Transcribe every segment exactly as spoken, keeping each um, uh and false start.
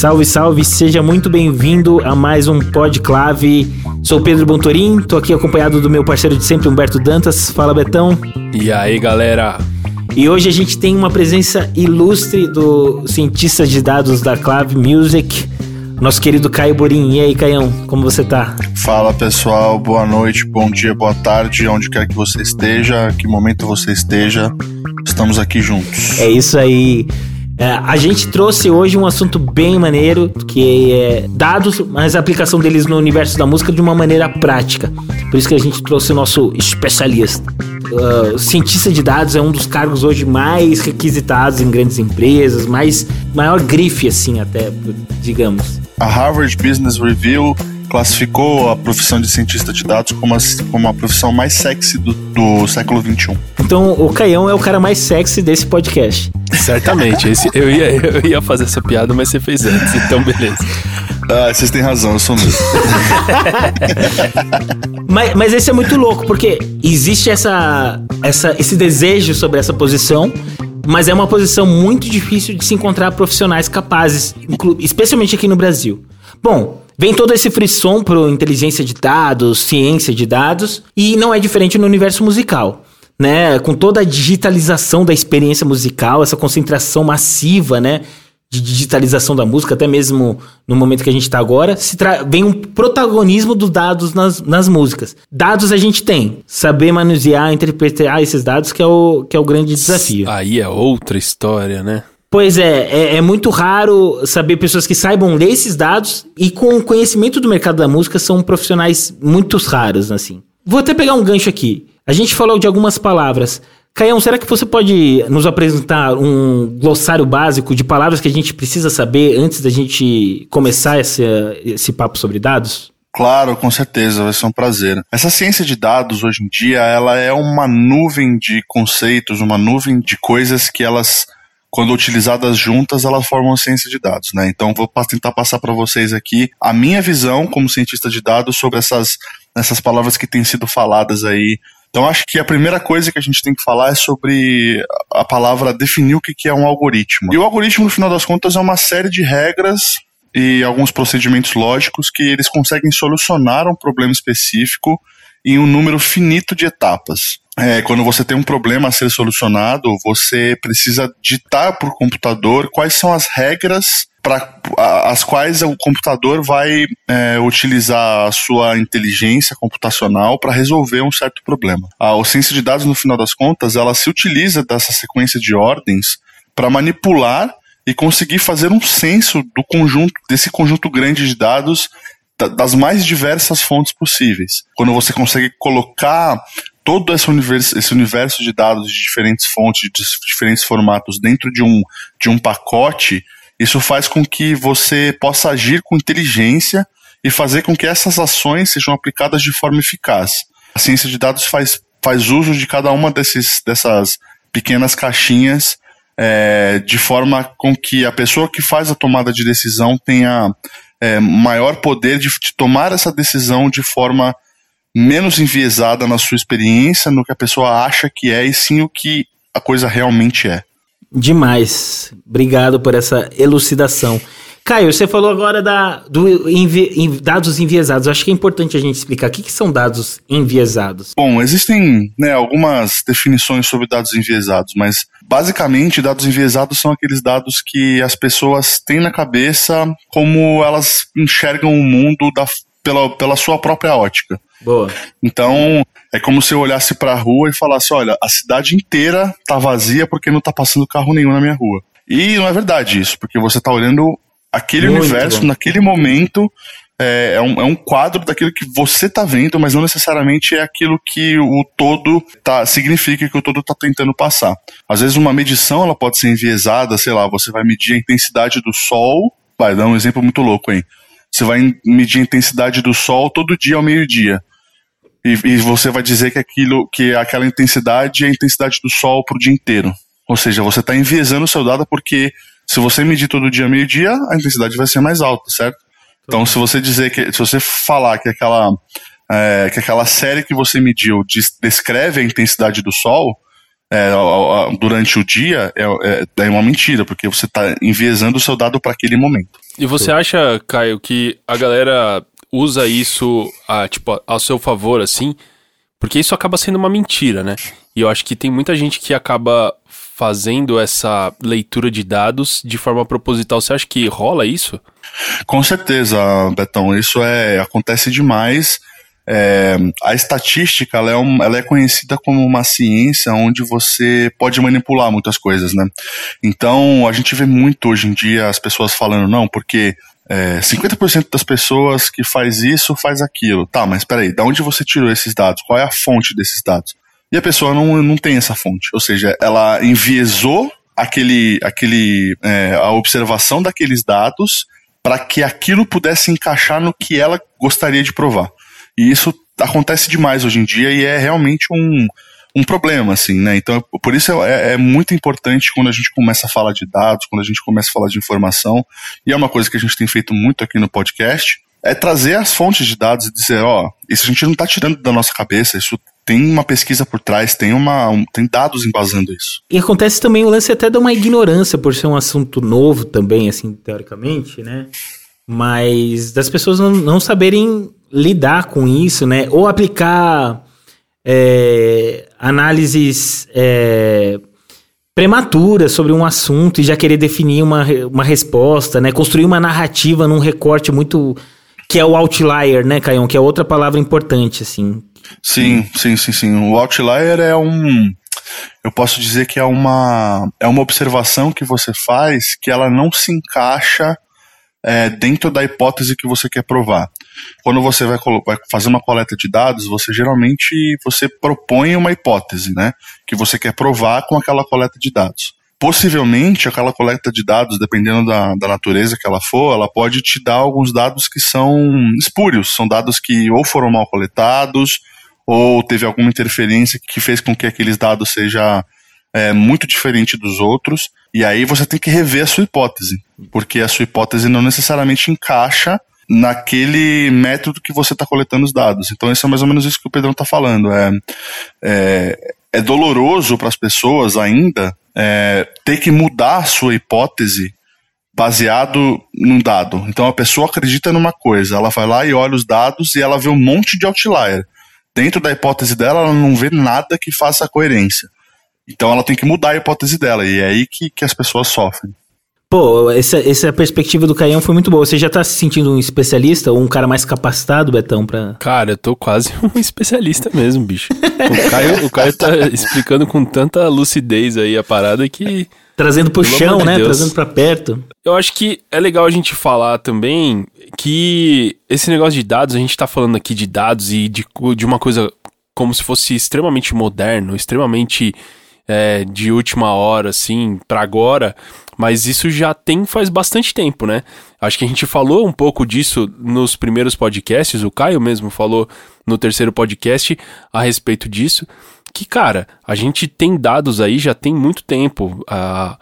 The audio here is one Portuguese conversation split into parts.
Salve, salve, seja muito bem-vindo a mais um Podclave. Sou Pedro Bontorin, tô aqui acompanhado do meu parceiro de sempre, Humberto Dantas. Fala, Betão. E aí, galera? E hoje a gente tem uma presença ilustre do cientista de dados da Clave Music, nosso querido Caio Borim. E aí, Caião, como você tá? Fala, pessoal, boa noite, bom dia, boa tarde, onde quer que você esteja, que momento você esteja, estamos aqui juntos. É isso aí. É, a gente trouxe hoje um assunto bem maneiro, que é dados, mas a aplicação deles no universo da música de uma maneira prática. Por isso que a gente trouxe o nosso especialista. Uh, cientista de dados é um dos cargos hoje mais requisitados em grandes empresas, mais, maior grife, assim, até, digamos. A Harvard Business Review classificou a profissão de cientista de dados como a, como a profissão mais sexy do, do século vinte e um. Então o Caião é o cara mais sexy desse podcast. Certamente, esse, eu, ia, eu ia fazer essa piada, mas você fez antes, então beleza. Ah, vocês têm razão, eu sou mesmo. mas, mas esse é muito louco, porque existe essa, essa, esse desejo sobre essa posição, mas é uma posição muito difícil de se encontrar profissionais capazes, especialmente aqui no Brasil. Bom, vem todo esse frisson pro inteligência de dados, ciência de dados, e não é diferente no universo musical, né? Com toda a digitalização da experiência musical, essa concentração massiva, né, de digitalização da música, até mesmo no momento que a gente tá agora, se tra- vem um protagonismo dos dados nas, nas músicas. Dados a gente tem, saber manusear, interpretar esses dados que é o, que é o grande desafio. Aí é outra história, né? Pois é, é, é muito raro saber pessoas que saibam ler esses dados e com conhecimento do mercado da música são profissionais muito raros, assim. Vou até pegar um gancho aqui. A gente falou de algumas palavras. Caião, será que você pode nos apresentar um glossário básico de palavras que a gente precisa saber antes da gente começar esse, esse papo sobre dados? Claro, com certeza, vai ser um prazer. Essa ciência de dados, hoje em dia, ela é uma nuvem de conceitos, uma nuvem de coisas que elas, quando utilizadas juntas, elas formam a ciência de dados, né? Então, vou tentar passar para vocês aqui a minha visão como cientista de dados sobre essas, essas palavras que têm sido faladas aí. Então, acho que a primeira coisa que a gente tem que falar é sobre a palavra definir o que é um algoritmo. E o algoritmo, no final das contas, é uma série de regras e alguns procedimentos lógicos que eles conseguem solucionar um problema específico em um número finito de etapas. É, quando você tem um problema a ser solucionado, você precisa ditar para o computador quais são as regras para as quais o computador vai é, utilizar a sua inteligência computacional para resolver um certo problema. A ciência de dados, no final das contas, ela se utiliza dessa sequência de ordens para manipular e conseguir fazer um censo do conjunto, desse conjunto grande de dados das mais diversas fontes possíveis. Quando você consegue colocar todo esse universo, esse universo de dados de diferentes fontes, de diferentes formatos dentro de um, de um pacote, isso faz com que você possa agir com inteligência e fazer com que essas ações sejam aplicadas de forma eficaz. A ciência de dados faz, faz uso de cada uma desses, dessas pequenas caixinhas é, de forma com que a pessoa que faz a tomada de decisão tenha é, maior poder de, de tomar essa decisão de forma menos enviesada na sua experiência, no que a pessoa acha que é, e sim o que a coisa realmente é. Demais. Obrigado por essa elucidação. Caio, você falou agora da, do envi, dados enviesados. Eu acho que é importante a gente explicar o que, que são dados enviesados. Bom, existem, né, algumas definições sobre dados enviesados, mas basicamente dados enviesados são aqueles dados que as pessoas têm na cabeça como elas enxergam o mundo da, pela, pela sua própria ótica. Boa. Então, é como se eu olhasse pra rua e falasse, olha, a cidade inteira tá vazia porque não tá passando carro nenhum na minha rua. E não é verdade isso, porque você tá olhando aquele Muito universo, bom. Naquele momento, é, é, um, é um quadro daquilo que você tá vendo, mas não necessariamente é aquilo que o todo tá, significa que o todo tá tentando passar. Às vezes uma medição ela pode ser enviesada, sei lá, você vai medir a intensidade do sol, vai dar um exemplo muito louco, hein? Você vai medir a intensidade do sol todo dia ao meio-dia. E, e você vai dizer que, aquilo, que aquela intensidade é a intensidade do sol pro dia inteiro. Ou seja, você está enviesando o seu dado porque se você medir todo dia ao meio-dia, a intensidade vai ser mais alta, certo? Então, se você dizer que, se você falar que aquela, é, que aquela série que você mediu descreve a intensidade do sol, é, durante o dia é, é, é uma mentira, porque você está enviesando o seu dado para aquele momento. E você acha, Caio, que a galera usa isso a, tipo, ao seu favor, assim? Porque isso acaba sendo uma mentira, né? E eu acho que tem muita gente que acaba fazendo essa leitura de dados de forma proposital. Você acha que rola isso? Com certeza, Betão. Isso é, acontece demais. É, a estatística ela é, um, ela é conhecida como uma ciência onde você pode manipular muitas coisas, né? Então, a gente vê muito hoje em dia as pessoas falando, não, porque é, cinquenta por cento das pessoas que faz isso, faz aquilo. Tá, mas peraí, de onde você tirou esses dados? Qual é a fonte desses dados? E a pessoa não, não tem essa fonte, ou seja, ela enviesou aquele, aquele, é, a observação daqueles dados para que aquilo pudesse encaixar no que ela gostaria de provar. E isso acontece demais hoje em dia e é realmente um, um problema, assim, né? Então, por isso é, é muito importante quando a gente começa a falar de dados, quando a gente começa a falar de informação, e é uma coisa que a gente tem feito muito aqui no podcast, é trazer as fontes de dados e dizer, ó, isso a gente não está tirando da nossa cabeça, isso tem uma pesquisa por trás, tem, uma, um, tem dados embasando isso. E acontece também o lance até de uma ignorância, por ser um assunto novo também, assim, teoricamente, né? Mas das pessoas não, não saberem lidar com isso, né? Ou aplicar é, análises é, prematuras sobre um assunto e já querer definir uma, uma resposta, né? Construir uma narrativa num recorte muito... que é o outlier, né, Caião? Que é outra palavra importante, assim. Sim, sim, sim, sim. O outlier é um... eu posso dizer que é uma, é uma observação que você faz que ela não se encaixa é, dentro da hipótese que você quer provar. Quando você vai, vai fazer uma coleta de dados, você geralmente você propõe uma hipótese, né, que você quer provar com aquela coleta de dados. Possivelmente, aquela coleta de dados, dependendo da, da natureza que ela for, ela pode te dar alguns dados que são espúrios, são dados que ou foram mal coletados, ou teve alguma interferência que fez com que aqueles dados seja é, muito diferente dos outros, e aí você tem que rever a sua hipótese, porque a sua hipótese não necessariamente encaixa naquele método que você está coletando os dados. Então, isso é mais ou menos isso que o Pedrão está falando. É, é, é doloroso para as pessoas ainda é, ter que mudar a sua hipótese baseado num dado. Então, a pessoa acredita numa coisa, ela vai lá e olha os dados e ela vê um monte de outlier. Dentro da hipótese dela, ela não vê nada que faça coerência. Então, ela tem que mudar a hipótese dela, e é aí que, que as pessoas sofrem. Pô, essa, essa perspectiva do Caião foi muito boa. Você já tá se sentindo um especialista ou um cara mais capacitado, Betão, pra... Cara, eu tô quase um especialista mesmo, bicho. O Caio, o Caio tá explicando com tanta lucidez aí a parada que... Trazendo pro Pelo chão, amor de né? Deus. Trazendo pra perto. Eu acho que é legal a gente falar também que esse negócio de dados, a gente tá falando aqui de dados e de, de uma coisa como se fosse extremamente moderno, extremamente é, de última hora, assim, pra agora, mas isso já tem faz bastante tempo, né? Acho que a gente falou um pouco disso nos primeiros podcasts, o Caio mesmo falou no terceiro podcast a respeito disso, que, cara, a gente tem dados aí já tem muito tempo, a,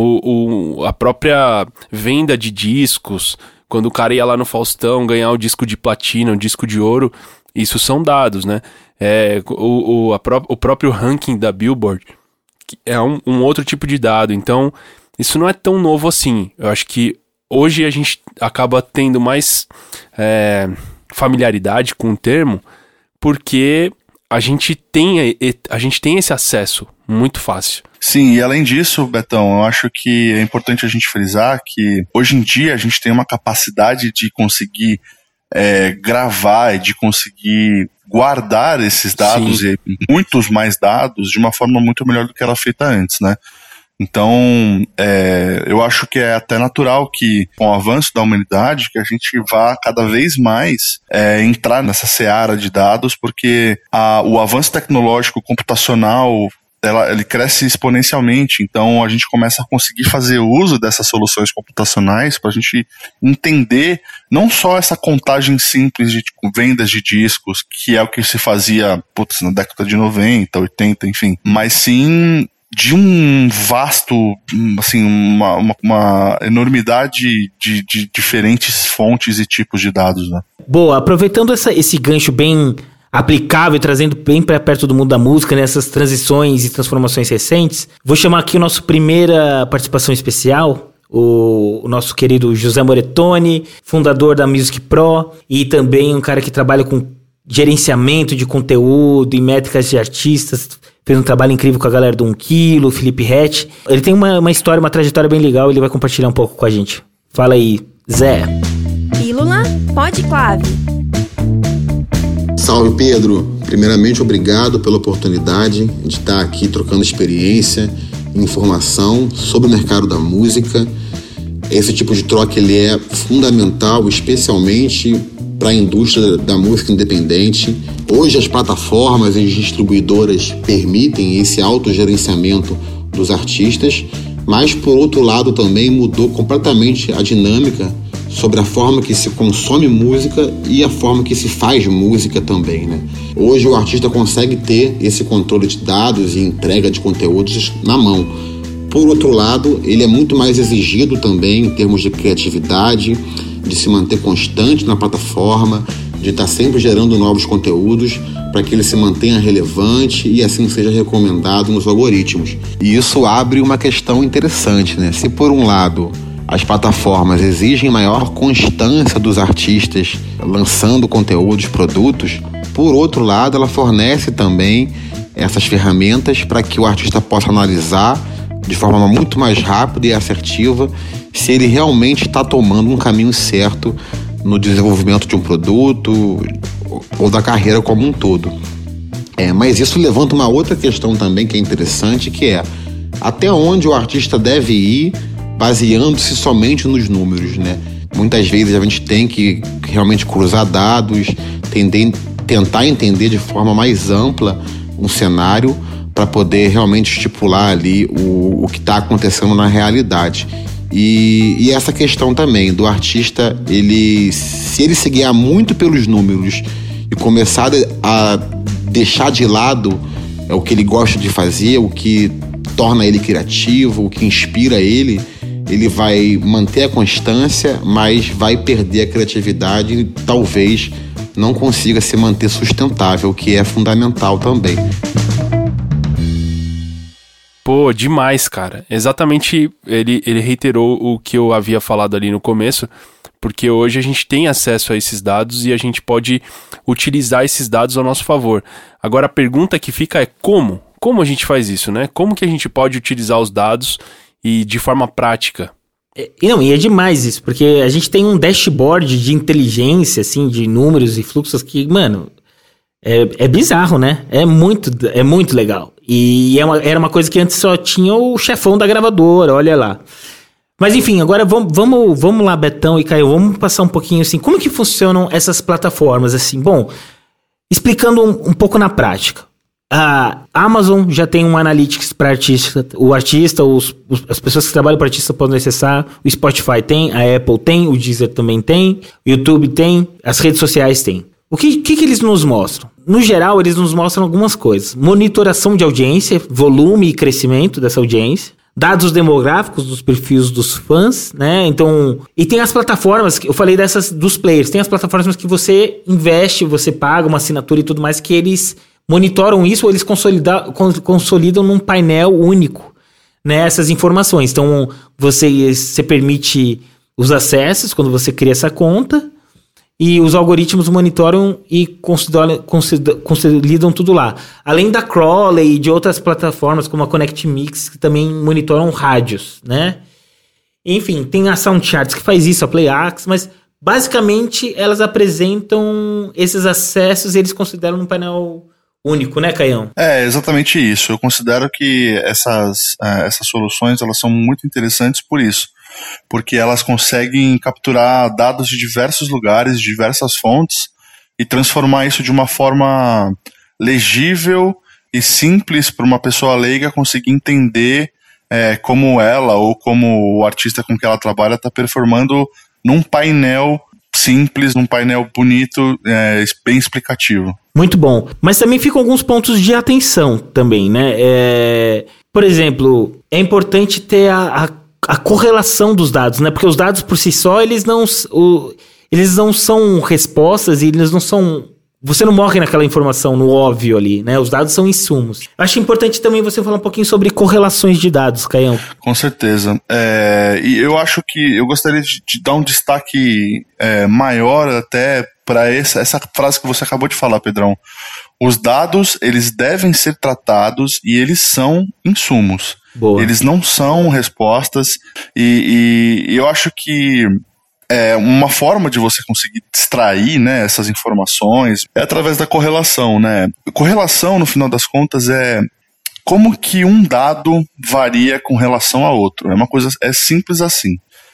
o, o, a própria venda de discos, quando o cara ia lá no Faustão ganhar o disco de platina, o disco de ouro, isso são dados, né? É, o, o, a pró- o próprio ranking da Billboard é um, um outro tipo de dado, então isso não é tão novo assim. Eu acho que hoje a gente acaba tendo mais é, familiaridade com o termo, porque a gente tem, a gente tem esse acesso muito fácil. Sim, e além disso, Betão, eu acho que é importante a gente frisar que hoje em dia a gente tem uma capacidade de conseguir é, gravar e de conseguir guardar esses dados Sim. e muitos mais dados de uma forma muito melhor do que era feita antes, né? Então, é, eu acho que é até natural que, com o avanço da humanidade, que a gente vá cada vez mais é, entrar nessa seara de dados, porque a, o avanço tecnológico computacional, ela, ele cresce exponencialmente, então a gente começa a conseguir fazer uso dessas soluções computacionais para a gente entender não só essa contagem simples de tipo, vendas de discos, que é o que se fazia putz, na década de noventa, oitenta, enfim, mas sim de um vasto, assim, uma, uma, uma enormidade de, de diferentes fontes e tipos de dados, né? Boa, aproveitando essa, esse gancho bem aplicável e trazendo bem para perto do mundo da música, nessas transições e transformações recentes. Vou chamar aqui o nosso primeira participação especial, o, o nosso querido José Moretoni, fundador da Music Pro e também um cara que trabalha com gerenciamento de conteúdo e métricas de artistas. Fez um trabalho incrível com a galera do um quilo, Felipe Hatch. Ele tem uma, uma história, uma trajetória bem legal, ele vai compartilhar um pouco com a gente. Fala aí, Zé. Pílula Podclave. Salve, Pedro. Primeiramente, obrigado pela oportunidade de estar aqui trocando experiência e informação sobre o mercado da música. Esse tipo de troca ele é fundamental, especialmente para a indústria da música independente. Hoje as plataformas e as distribuidoras permitem esse autogerenciamento dos artistas, mas por outro lado também mudou completamente a dinâmica sobre a forma que se consome música e a forma que se faz música também, né? Hoje o artista consegue ter esse controle de dados e entrega de conteúdos na mão. Por outro lado, ele é muito mais exigido também em termos de criatividade, de se manter constante na plataforma, de estar sempre gerando novos conteúdos para que ele se mantenha relevante e assim seja recomendado nos algoritmos. E isso abre uma questão interessante, né? Se por um lado as plataformas exigem maior constância dos artistas lançando conteúdos, produtos, por outro lado ela fornece também essas ferramentas para que o artista possa analisar de forma muito mais rápida e assertiva se ele realmente está tomando um caminho certo no desenvolvimento de um produto ou da carreira como um todo. É, mas isso levanta uma outra questão também que é interessante, que é até onde o artista deve ir baseando-se somente nos números, né? Muitas vezes a gente tem que realmente cruzar dados, tender, tentar entender de forma mais ampla um cenário para poder realmente estipular ali o, o que está acontecendo na realidade. E, e essa questão também do artista, ele, se ele se guiar muito pelos números e começar a deixar de lado é, o que ele gosta de fazer, o que torna ele criativo, o que inspira ele, ele vai manter a constância, mas vai perder a criatividade e talvez não consiga se manter sustentável, o que é fundamental também. Pô, demais, cara. Exatamente, ele, ele reiterou o que eu havia falado ali no começo, porque hoje a gente tem acesso a esses dados e a gente pode utilizar esses dados ao nosso favor. Agora, a pergunta que fica é como? Como a gente faz isso, né? Como que a gente pode utilizar os dados e de forma prática? É, não, e é demais isso, porque a gente tem um dashboard de inteligência, assim, de números e fluxos que, mano, é, é bizarro, né? É muito, é muito legal. E é uma, era uma coisa que antes só tinha o chefão da gravadora, olha lá. Mas enfim, agora vamos, vamos, vamos lá, Betão e Caio, vamos passar um pouquinho assim, como que funcionam essas plataformas, assim? Bom, explicando um, um pouco na prática. A Amazon já tem um Analytics para artista, o artista, os, os, as pessoas que trabalham para artista podem acessar, o Spotify tem, a Apple tem, o Deezer também tem, o YouTube tem, as redes sociais tem. O que, que, que eles nos mostram? No geral, eles nos mostram algumas coisas. Monitoração de audiência, volume e crescimento dessa audiência. Dados demográficos dos perfis dos fãs, né? Então, e tem as plataformas, eu falei dessas dos players, tem as plataformas que você investe, você paga uma assinatura e tudo mais, que eles monitoram isso ou eles consolida, consolidam num painel único, né, essas informações. Então, você, você permite os acessos quando você cria essa conta e os algoritmos monitoram e consideram, consolidam tudo lá. Além da Crawley e de outras plataformas como a Connect Mix, que também monitoram rádios, né? Enfim, tem a Soundcharts que faz isso, a Playax, mas basicamente elas apresentam esses acessos e eles consideram num painel único, né, Caião? É, exatamente isso. Eu considero que essas, uh, essas soluções elas são muito interessantes por isso, porque elas conseguem capturar dados de diversos lugares, de diversas fontes, e transformar isso de uma forma legível e simples para uma pessoa leiga conseguir entender é, como ela ou como o artista com que ela trabalha está performando num painel simples, num painel bonito, é, bem explicativo. Muito bom. Mas também ficam alguns pontos de atenção também, né? É, por exemplo, é importante ter a, a, a correlação dos dados, né? Porque os dados por si só, eles não, o, eles não são respostas e eles não são Você não morre naquela informação, no óbvio ali, né? Os dados são insumos. Acho importante também você falar um pouquinho sobre correlações de dados, Caião. Com certeza. É, e eu acho que eu gostaria de, de dar um destaque é, maior até para essa, essa frase que você acabou de falar, Pedrão. Os dados, eles devem ser tratados e eles são insumos. Boa. Eles não são respostas e, e eu acho que É, uma forma de você conseguir extrair, né, essas informações é através da correlação, né? Correlação, no final das contas, é como que um dado varia com relação a outro. É uma coisa, é simples assim.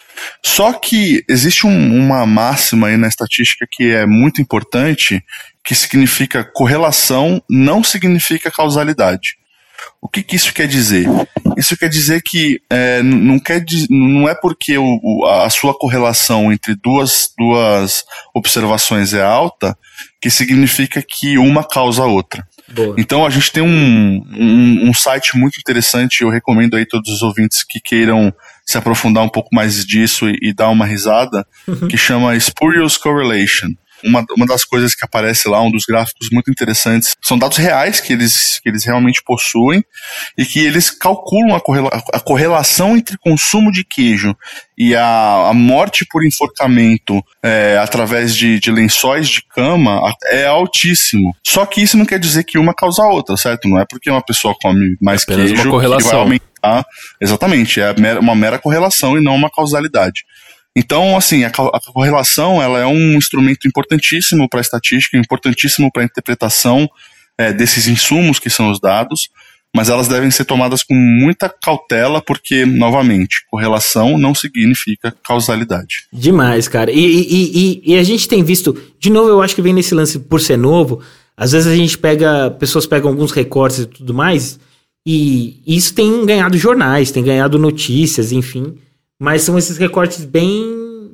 Só que existe um, uma máxima aí na estatística que é muito importante, que significa correlação não significa causalidade. O que, que isso quer dizer? Isso quer dizer que é, não, quer, não é porque o, a sua correlação entre duas, duas observações é alta que significa que uma causa a outra. Boa. Então a gente tem um, um, um site muito interessante, eu recomendo aí todos os ouvintes que queiram se aprofundar um pouco mais disso e, e dar uma risada, uhum. que chama Spurious Correlation. Uma, uma das coisas que aparece lá, um dos gráficos muito interessantes, são dados reais que eles, que eles realmente possuem e que eles calculam a, correla, a correlação entre consumo de queijo e a, a morte por enforcamento é, através de, de lençóis de cama é altíssimo. Só que isso não quer dizer que uma causa a outra, certo? Não é porque uma pessoa come mais é queijo uma correlação. Que vai aumentar. Exatamente, é uma mera correlação e não uma causalidade. Então, assim, a, a correlação ela é um instrumento importantíssimo para a estatística, importantíssimo para a interpretação é, desses insumos que são os dados, mas elas devem ser tomadas com muita cautela, porque, novamente, correlação não significa causalidade. Demais, cara. E, e, e, e a gente tem visto, de novo, eu acho que vem nesse lance por ser novo, às vezes a gente pega, pessoas pegam alguns recortes e tudo mais, e isso tem ganhado jornais, tem ganhado notícias, enfim... Mas são esses recortes bem,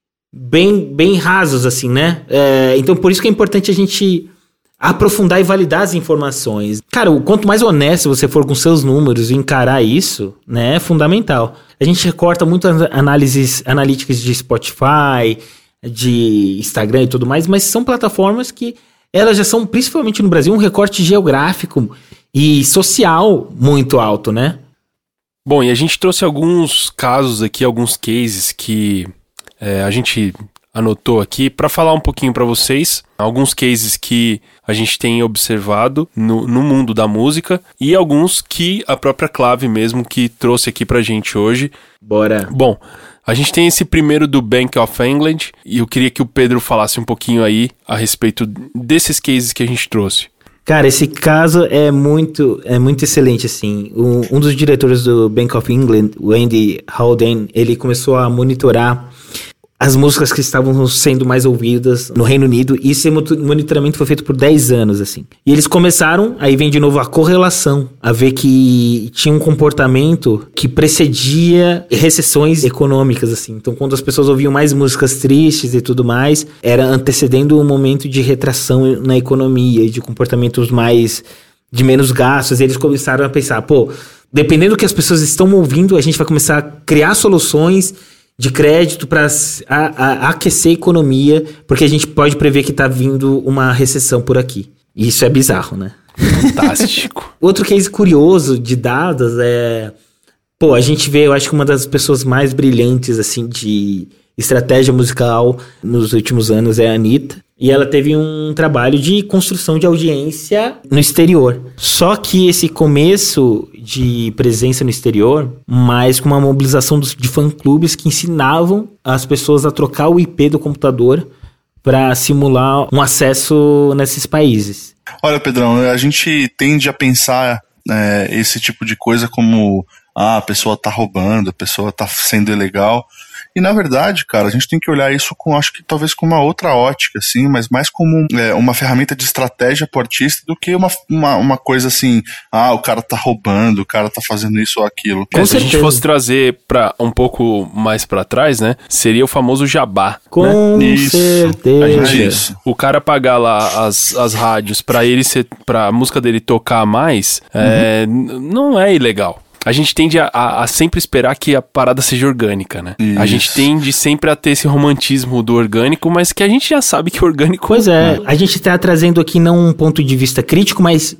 bem, bem rasos, assim, né? É, então, por isso que é importante a gente aprofundar e validar as informações. Cara, o quanto mais honesto você for com seus números e encarar isso, né, é fundamental. A gente recorta muito análises analíticas de Spotify, de Instagram e tudo mais, mas são plataformas que elas já são, principalmente no Brasil, um recorte geográfico e social muito alto, né? Bom, e a gente trouxe alguns casos aqui, alguns cases que é, a gente anotou aqui para falar um pouquinho para vocês. Alguns cases que a gente tem observado no, no mundo da música e alguns que a própria Clave mesmo que trouxe aqui pra gente hoje. Bora! Bom, a gente tem esse primeiro do Bank of England e eu queria que o Pedro falasse um pouquinho aí a respeito desses cases que a gente trouxe. Cara, esse caso é muito, é muito excelente, assim. Um, um dos diretores do Bank of England, o Andy Haldane, ele começou a monitorar as músicas que estavam sendo mais ouvidas no Reino Unido, e esse monitoramento foi feito por dez anos, assim. E eles começaram, aí vem de novo a correlação, a ver que tinha um comportamento que precedia recessões econômicas, assim. Então, quando as pessoas ouviam mais músicas tristes e tudo mais, era antecedendo um momento de retração na economia e de comportamentos mais... de menos gastos. E eles começaram a pensar, pô, dependendo do que as pessoas estão ouvindo, a gente vai começar a criar soluções de crédito para aquecer a economia, porque a gente pode prever que está vindo uma recessão por aqui. E isso é bizarro, né? Fantástico. Outro case curioso de dados é... Pô, a gente vê, eu acho que uma das pessoas mais brilhantes, assim, de estratégia musical nos últimos anos é a Anitta. E ela teve um trabalho de construção de audiência no exterior. Só que esse começo de presença no exterior, mais com uma mobilização de fã-clubes que ensinavam as pessoas a trocar o I P do computador para simular um acesso nesses países. Olha, Pedrão, a gente tende a pensar é, esse tipo de coisa como ah, a pessoa tá roubando, a pessoa tá sendo ilegal. E, na verdade, cara, a gente tem que olhar isso com, acho que talvez com uma outra ótica, assim, mas mais como é, uma ferramenta de estratégia pro artista do que uma, uma, uma coisa assim, ah, o cara tá roubando, o cara tá fazendo isso ou aquilo. É, se a gente fosse trazer pra um pouco mais pra trás, né, seria o famoso jabá. Com né? isso, certeza. A gente, é isso. O cara pagar lá as, as rádios pra ele ser, pra música dele tocar mais, uhum. é, não é ilegal. a gente tende a, a, a sempre esperar que a parada seja orgânica, né? Isso. A gente tende sempre a ter esse romantismo do orgânico, mas que a gente já sabe que o orgânico... Pois é, a gente tá trazendo aqui não um ponto de vista crítico, mas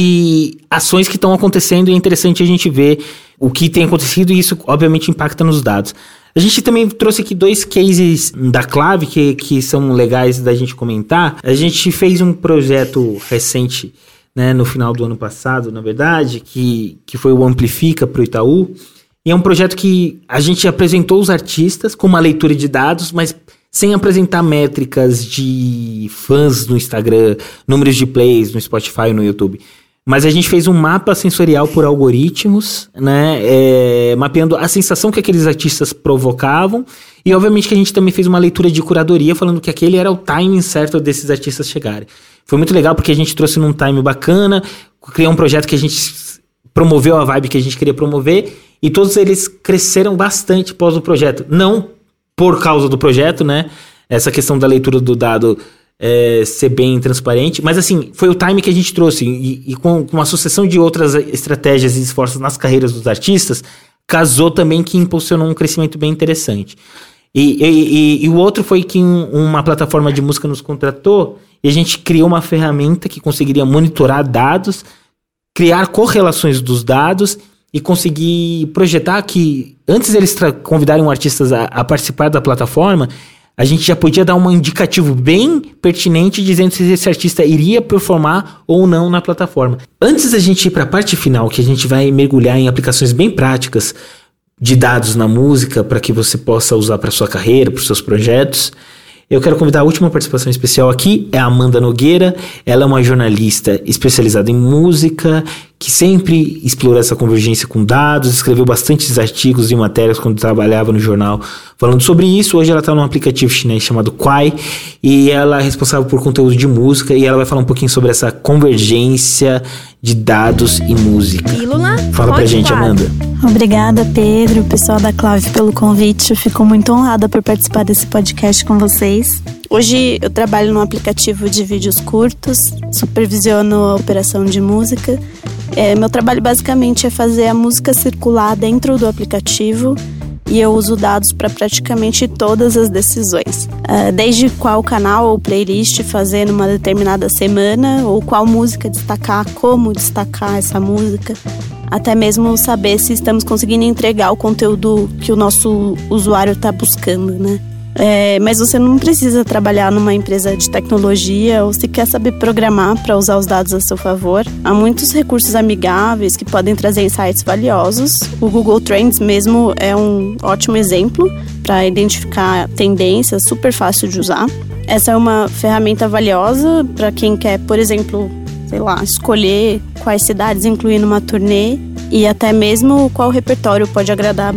de ações que estão acontecendo e é interessante a gente ver o que tem acontecido e isso obviamente impacta nos dados. A gente também trouxe aqui dois cases da Clave que, que são legais da gente comentar. A gente fez um projeto recente, né, no final do ano passado, na verdade, que, que foi o Amplifica para o Itaú. E é um projeto que a gente apresentou os artistas com uma leitura de dados, mas sem apresentar métricas de fãs no Instagram, números de plays no Spotify ou no YouTube. Mas a gente fez um mapa sensorial por algoritmos, né, é, mapeando a sensação que aqueles artistas provocavam. E obviamente que a gente também fez uma leitura de curadoria falando que aquele era o timing certo desses artistas chegarem. Foi muito legal porque a gente trouxe num time bacana, criou um projeto que a gente promoveu a vibe que a gente queria promover e todos eles cresceram bastante após o projeto. Não por causa do projeto, né, essa questão da leitura do dado... É, ser bem transparente, mas assim, foi o time que a gente trouxe e, e com, com uma sucessão de outras estratégias e esforços nas carreiras dos artistas, casou também que impulsionou um crescimento bem interessante. E, e, e, e o outro foi que um, uma plataforma de música nos contratou e a gente criou uma ferramenta que conseguiria monitorar dados, criar correlações dos dados e conseguir projetar que antes eles tra- convidarem um artista a, a participar da plataforma, a gente já podia dar um indicativo bem pertinente dizendo se esse artista iria performar ou não na plataforma. Antes da gente ir para a parte final, que a gente vai mergulhar em aplicações bem práticas de dados na música para que você possa usar para sua carreira, para os seus projetos, eu quero convidar a última participação especial aqui, é a Amanda Nogueira. Ela é uma jornalista especializada em música, que sempre explorou essa convergência com dados, escreveu bastantes artigos e matérias quando trabalhava no jornal falando sobre isso. Hoje ela está num aplicativo chinês chamado Quai, e ela é responsável por conteúdo de música, e ela vai falar um pouquinho sobre essa convergência de dados e música. Pílula Fala pra gente, Clave. Amanda. Obrigada, Pedro, pessoal da Clave, pelo convite. Eu fico muito honrada por participar desse podcast com vocês. Hoje eu trabalho num aplicativo de vídeos curtos, supervisiono a operação de música. É, meu trabalho basicamente é fazer a música circular dentro do aplicativo e eu uso dados para praticamente todas as decisões. Uh, desde qual canal ou playlist fazer numa determinada semana, ou qual música destacar, como destacar essa música, até mesmo saber se estamos conseguindo entregar o conteúdo que o nosso usuário está buscando, né? É, mas você não precisa trabalhar numa empresa de tecnologia ou sequer saber programar para usar os dados a seu favor. Há muitos recursos amigáveis que podem trazer insights valiosos. O Google Trends mesmo é um ótimo exemplo para identificar tendências, super fácil de usar. Essa é uma ferramenta valiosa para quem quer, por exemplo, sei lá, escolher quais cidades incluir numa turnê e até mesmo qual repertório pode agradar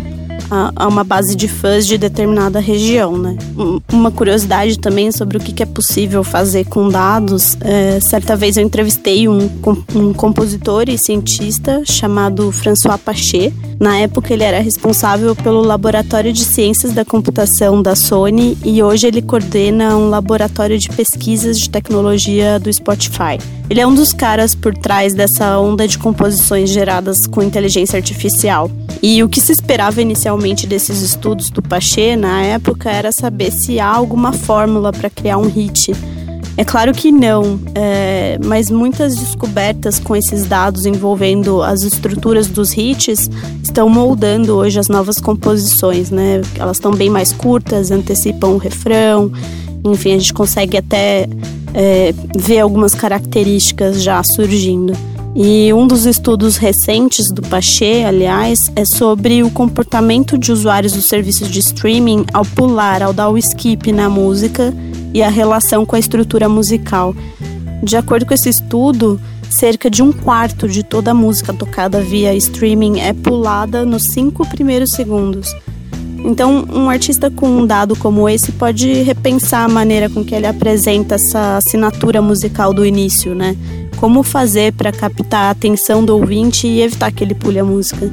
a uma base de fãs de determinada região, né? Uma curiosidade também sobre o que é possível fazer com dados. É, certa vez eu entrevistei um, um compositor e cientista chamado François Pachet. Na época ele era responsável pelo Laboratório de Ciências da Computação da Sony e hoje ele coordena um laboratório de pesquisas de tecnologia do Spotify. Ele é um dos caras por trás dessa onda de composições geradas com inteligência artificial. E o que se esperava inicialmente desses estudos do Pachet na época era saber se há alguma fórmula para criar um hit. É claro que não, é, mas muitas descobertas com esses dados envolvendo as estruturas dos hits estão moldando hoje as novas composições, né? Elas estão bem mais curtas, antecipam o refrão, enfim, a gente consegue até é, ver algumas características já surgindo. E um dos estudos recentes do Pachet, aliás, é sobre o comportamento de usuários dos serviços de streaming ao pular, ao dar o skip na música e a relação com a estrutura musical. De acordo com esse estudo, cerca de um quarto de toda a música tocada via streaming é pulada nos cinco primeiros segundos. Então, um artista com um dado como esse pode repensar a maneira com que ele apresenta essa assinatura musical do início, né? Como fazer para captar a atenção do ouvinte e evitar que ele pule a música.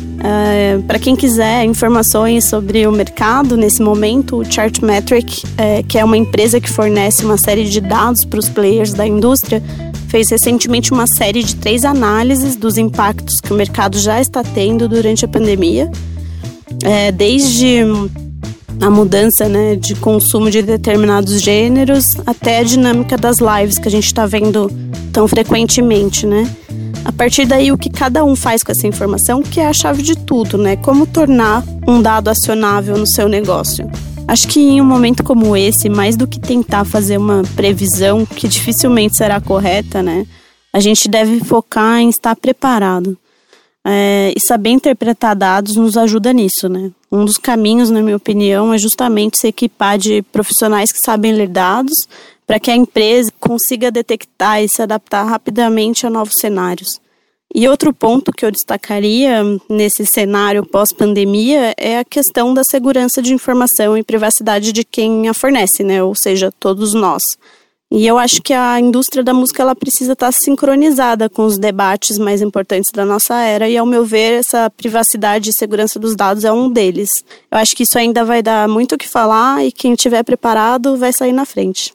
Uh, para quem quiser informações sobre o mercado, nesse momento, o Chartmetric, uh, que é uma empresa que fornece uma série de dados para os players da indústria, fez recentemente uma série de três análises dos impactos que o mercado já está tendo durante a pandemia, é, desde a mudança, né, de consumo de determinados gêneros até a dinâmica das lives que a gente está vendo tão frequentemente, né? A partir daí, o que cada um faz com essa informação, que é a chave de tudo, né? Como tornar um dado acionável no seu negócio. Acho que em um momento como esse, mais do que tentar fazer uma previsão que dificilmente será correta, né? A gente deve focar em estar preparado. É, e saber interpretar dados nos ajuda nisso, né? Um dos caminhos, na minha opinião, é justamente se equipar de profissionais que sabem ler dados para que a empresa consiga detectar e se adaptar rapidamente a novos cenários. E outro ponto que eu destacaria nesse cenário pós-pandemia é a questão da segurança de informação e privacidade de quem a fornece, né? Ou seja, todos nós. E eu acho que a indústria da música ela precisa estar sincronizada com os debates mais importantes da nossa era e, ao meu ver, essa privacidade e segurança dos dados é um deles. Eu acho que isso ainda vai dar muito o que falar e quem estiver preparado vai sair na frente.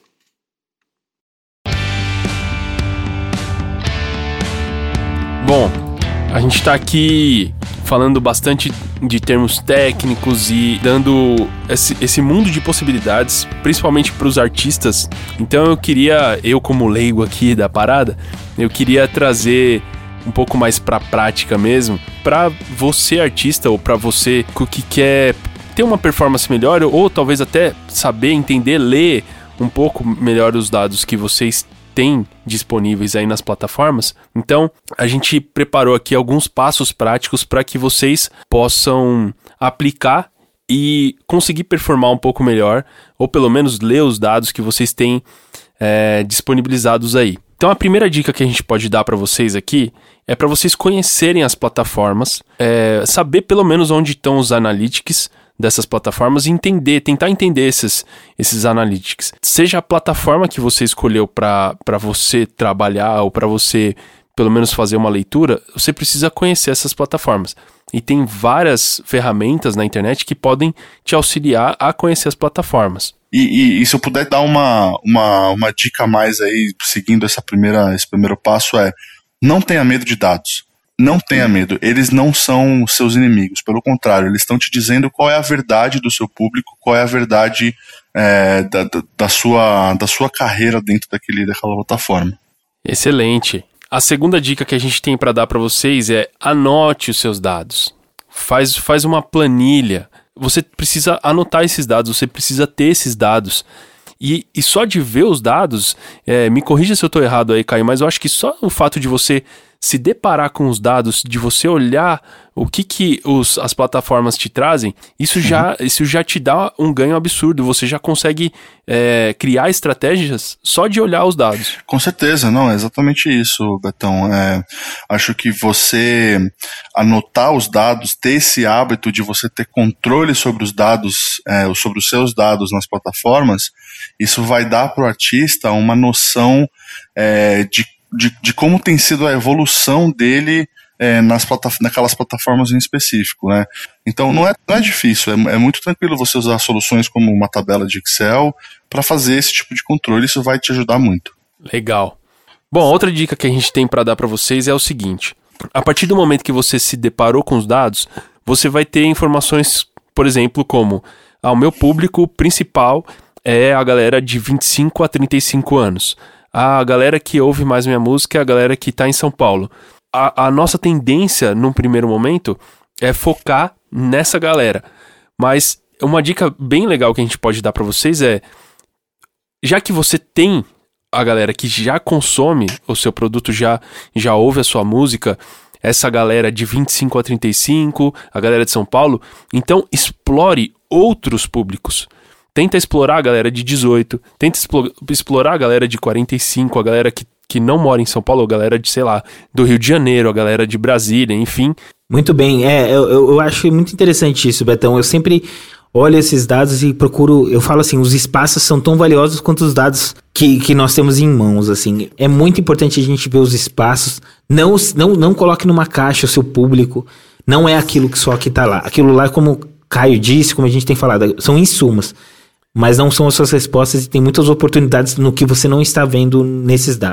Bom, a gente está aqui falando bastante de termos técnicos e dando esse, esse mundo de possibilidades, principalmente para os artistas. Então eu queria, eu como leigo aqui da parada, eu queria trazer um pouco mais para a prática mesmo, para você artista ou para você que quer ter uma performance melhor ou talvez até saber, entender, ler um pouco melhor os dados que vocês tem disponíveis aí nas plataformas. Então, a gente preparou aqui alguns passos práticos para que vocês possam aplicar e conseguir performar um pouco melhor, ou pelo menos ler os dados que vocês têm é, disponibilizados aí. Então, a primeira dica que a gente pode dar para vocês aqui é para vocês conhecerem as plataformas, é, saber pelo menos onde estão os analytics dessas plataformas e entender, tentar entender esses, esses analytics. Seja a plataforma que você escolheu para você trabalhar ou para você, pelo menos, fazer uma leitura, você precisa conhecer essas plataformas. E tem várias ferramentas na internet que podem te auxiliar a conhecer as plataformas. E, e, e se eu puder dar uma, uma, uma dica a mais aí, seguindo essa primeira, esse primeiro passo, é: não tenha medo de dados. Não tenha medo, eles não são seus inimigos, pelo contrário, eles estão te dizendo qual é a verdade do seu público, qual é a verdade é, da, da, da, sua, da sua carreira dentro daquele, daquela plataforma. Excelente. A segunda dica que a gente tem para dar para vocês é: anote os seus dados. Faz, faz uma planilha. Você precisa anotar esses dados, você precisa ter esses dados. E, e só de ver os dados, é, me corrija se eu estou errado aí, Caio, mas eu acho que só o fato de você se deparar com os dados, de você olhar o que, que os, as plataformas te trazem, isso, uhum. já, isso já te dá um ganho absurdo. Você já consegue é, criar estratégias só de olhar os dados. Com certeza, não, é exatamente isso, Betão. É, acho que você anotar os dados, ter esse hábito de você ter controle sobre os dados, é, sobre os seus dados nas plataformas, isso vai dar para o artista uma noção é, de De, de como tem sido a evolução dele é, nas plataf- naquelas plataformas em específico, né? Então não é, não é difícil, é, é muito tranquilo você usar soluções como uma tabela de Excel para fazer esse tipo de controle, isso vai te ajudar muito. Legal. Bom, outra dica que a gente tem para dar para vocês é o seguinte: a partir do momento que você se deparou com os dados, você vai ter informações, por exemplo, como ah, o meu público principal é a galera de vinte e cinco a trinta e cinco anos. A galera que ouve mais minha música é a galera que está em São Paulo. A, a nossa tendência, num primeiro momento, é focar nessa galera. Mas uma dica bem legal que a gente pode dar para vocês é: já que você tem a galera que já consome o seu produto, já, já ouve a sua música, essa galera de vinte e cinco a trinta e cinco, a galera de São Paulo, então explore outros públicos. Tenta explorar a galera de dezoito, tenta explo- explorar a galera de quarenta e cinco, a galera que, que não mora em São Paulo, a galera de, sei lá, do Rio de Janeiro, a galera de Brasília, enfim. Muito bem, é, eu, eu acho muito interessante isso, Betão. Eu sempre olho esses dados e procuro, eu falo assim, os espaços são tão valiosos quanto os dados que, que nós temos em mãos, assim. É muito importante a gente ver os espaços, não, não, não coloque numa caixa o seu público, não é aquilo que só que tá lá. Aquilo lá, como o Caio disse, como a gente tem falado, são insumos. Mas não são as suas respostas e tem muitas oportunidades no que você não está vendo nesses dados.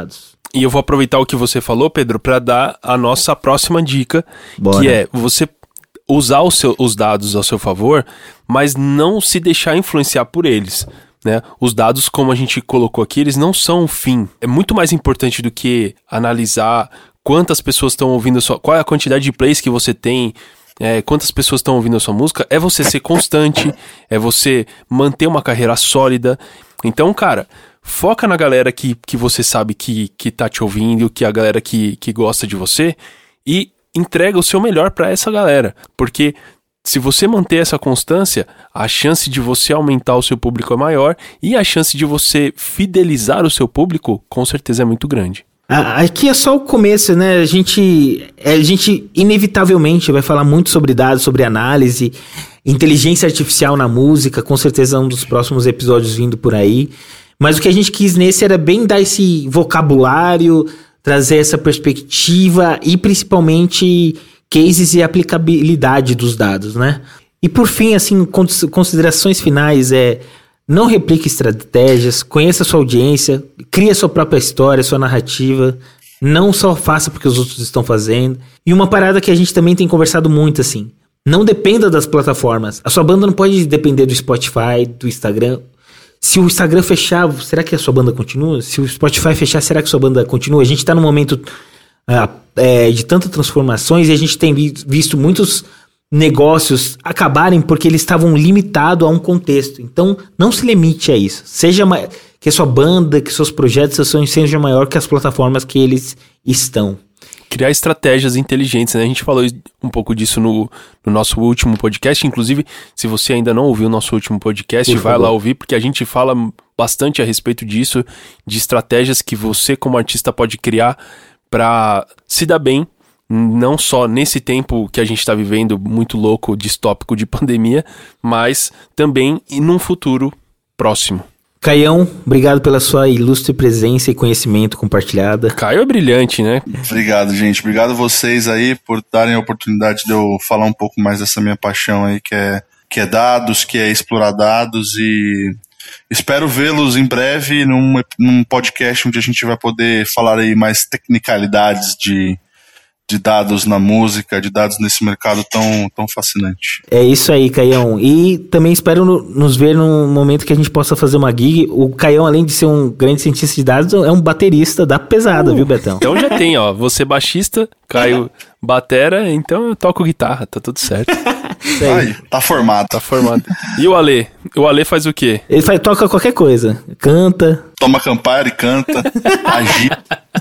E eu vou aproveitar o que você falou, Pedro, para dar a nossa próxima dica, Bora. que é você usar o seu, os dados ao seu favor, mas não se deixar influenciar por eles, né? Os dados, como a gente colocou aqui, eles não são o fim. É muito mais importante do que analisar quantas pessoas estão ouvindo a sua... Qual é a quantidade de plays que você tem, é, quantas pessoas estão ouvindo a sua música. É você ser constante, é você manter uma carreira sólida. Então, cara, foca na galera que, que você sabe que, que tá te ouvindo, que é a galera que, que gosta de você, e entrega o seu melhor pra essa galera. Porque se você manter essa constância, a chance de você aumentar o seu público é maior e a chance de você fidelizar o seu público, com certeza, é muito grande. Aqui é só o começo, né? A gente, a gente inevitavelmente vai falar muito sobre dados, sobre análise, inteligência artificial na música, com certeza é um dos próximos episódios vindo por aí. Mas o que a gente quis nesse era bem dar esse vocabulário, trazer essa perspectiva e principalmente cases e aplicabilidade dos dados, né? E por fim, assim, considerações finais é... Não replique estratégias, conheça a sua audiência, crie a sua própria história, sua narrativa. Não só faça porque os outros estão fazendo. E uma parada que a gente também tem conversado muito, assim. Não dependa das plataformas. A sua banda não pode depender do Spotify, do Instagram. Se o Instagram fechar, será que a sua banda continua? Se o Spotify fechar, será que a sua banda continua? A gente tá num momento uh, é, de tantas transformações e a gente tem vi- visto muitos... negócios acabarem porque eles estavam limitados a um contexto. Então, não se limite a isso. Seja ma- que a sua banda, que seus projetos, seus sonhos sejam maior que as plataformas que eles estão. Criar estratégias inteligentes, né? A gente falou um pouco disso no, no nosso último podcast. Inclusive, se você ainda não ouviu o nosso último podcast, Por vai favor. lá ouvir, porque a gente fala bastante a respeito disso, de estratégias que você, como artista, pode criar para se dar bem, não só nesse tempo que a gente está vivendo, muito louco, distópico de pandemia, mas também e num futuro próximo. Caião, obrigado pela sua ilustre presença e conhecimento compartilhada. Caio é brilhante, né? Obrigado, gente. Obrigado a vocês aí por darem a oportunidade de eu falar um pouco mais dessa minha paixão aí, que é, que é dados, que é explorar dados, e espero vê-los em breve num, num podcast onde a gente vai poder falar aí mais tecnicalidades de... de dados na música, de dados nesse mercado tão, tão fascinante. É isso aí, Caião. E também espero no, nos ver num momento que a gente possa fazer uma gig. O Caião, além de ser um grande cientista de dados, é um baterista da pesada, uh, viu, Betão? Então já tem, ó. Você baixista, Caio batera, então eu toco guitarra, tá tudo certo. Ai, tá formado. Tá formado. E o Ale? O Ale faz o quê? Ele faz, toca qualquer coisa. Canta. Toma Campari, canta, agita.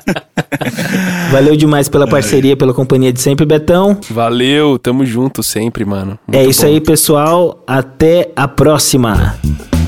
Valeu demais pela parceria, pela companhia de sempre, Betão. Valeu, tamo junto sempre, mano. Muito é isso bom. aí, pessoal. Até a próxima.